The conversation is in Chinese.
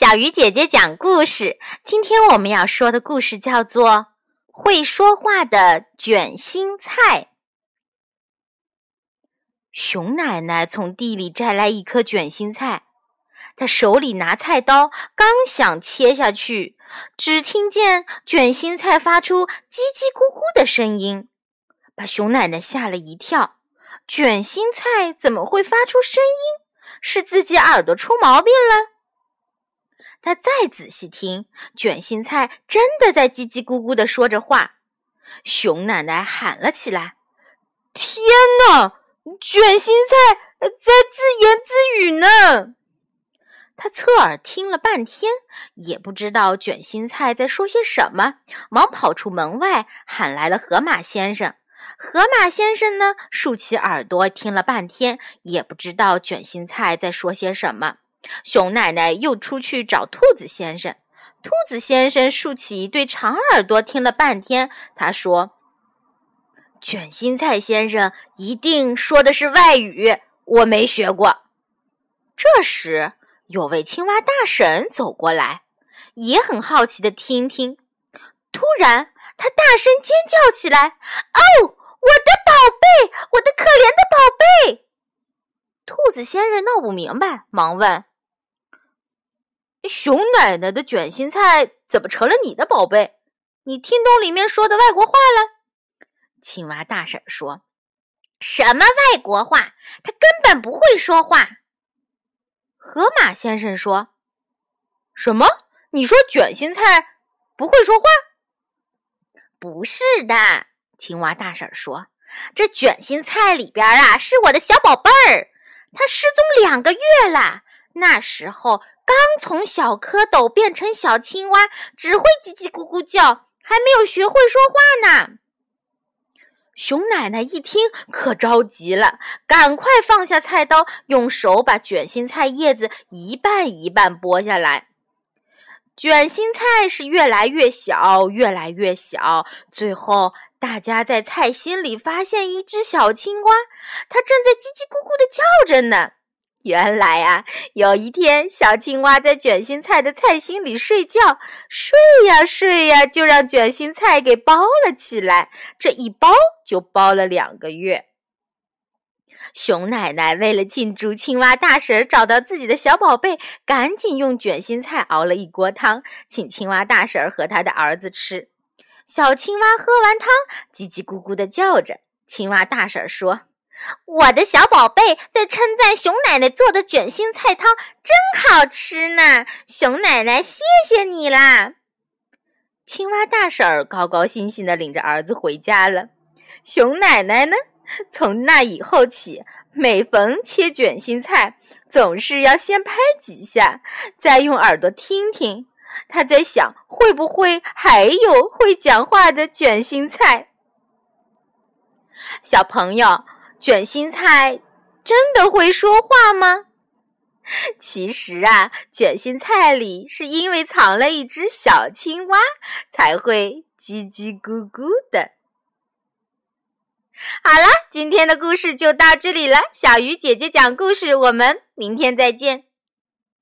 小鱼姐姐讲故事。今天我们要说的故事叫做《会说话的卷心菜》。熊奶奶从地里摘来一颗卷心菜，她手里拿菜刀，刚想切下去，只听见卷心菜发出叽叽咕咕的声音，把熊奶奶吓了一跳。卷心菜怎么会发出声音？是自己耳朵出毛病了？他再仔细听，卷心菜真的在叽叽咕咕地说着话。熊奶奶喊了起来：天哪，卷心菜在自言自语呢！他侧耳听了半天，也不知道卷心菜在说些什么，忙跑出门外，喊来了河马先生。河马先生呢，竖起耳朵听了半天，也不知道卷心菜在说些什么。熊奶奶又出去找兔子先生，兔子先生竖起一对长耳朵听了半天，他说：卷心菜先生一定说的是外语，我没学过。这时有位青蛙大婶走过来，也很好奇地听听。突然他大声尖叫起来：哦，我的宝贝，我的可怜的宝贝！兔子先生闹不明白，忙问：熊奶奶的卷心菜怎么成了你的宝贝？你听懂里面说的外国话了？青蛙大婶说：什么外国话？他根本不会说话。河马先生说：什么？你说卷心菜不会说话？不是的，青蛙大婶说，这卷心菜里边是我的小宝贝儿，他失踪2个月了，那时候刚从小蝌蚪变成小青蛙，只会叽叽咕咕叫，还没有学会说话呢。熊奶奶一听可着急了，赶快放下菜刀，用手把卷心菜叶子一半一半剥下来。卷心菜是越来越小，越来越小，最后大家在菜心里发现一只小青蛙，它正在叽叽咕咕地叫着呢。原来有一天小青蛙在卷心菜的菜心里睡觉，睡呀睡呀，就让卷心菜给包了起来，这一包就包了2个月。熊奶奶为了庆祝青蛙大婶找到自己的小宝贝，赶紧用卷心菜熬了一锅汤，请青蛙大婶和他的儿子吃。小青蛙喝完汤，叽叽咕咕地叫着。青蛙大婶说：我的小宝贝在称赞熊奶奶做的卷心菜汤真好吃呢，熊奶奶谢谢你啦。青蛙大婶高高兴兴地领着儿子回家了。熊奶奶呢，从那以后起，每逢切卷心菜，总是要先拍几下，再用耳朵听听。她在想，会不会还有会讲话的卷心菜？小朋友，卷心菜真的会说话吗？其实卷心菜里是因为藏了一只小青蛙，才会叽叽咕咕的。好了，今天的故事就到这里了。小鱼姐姐讲故事，我们明天再见。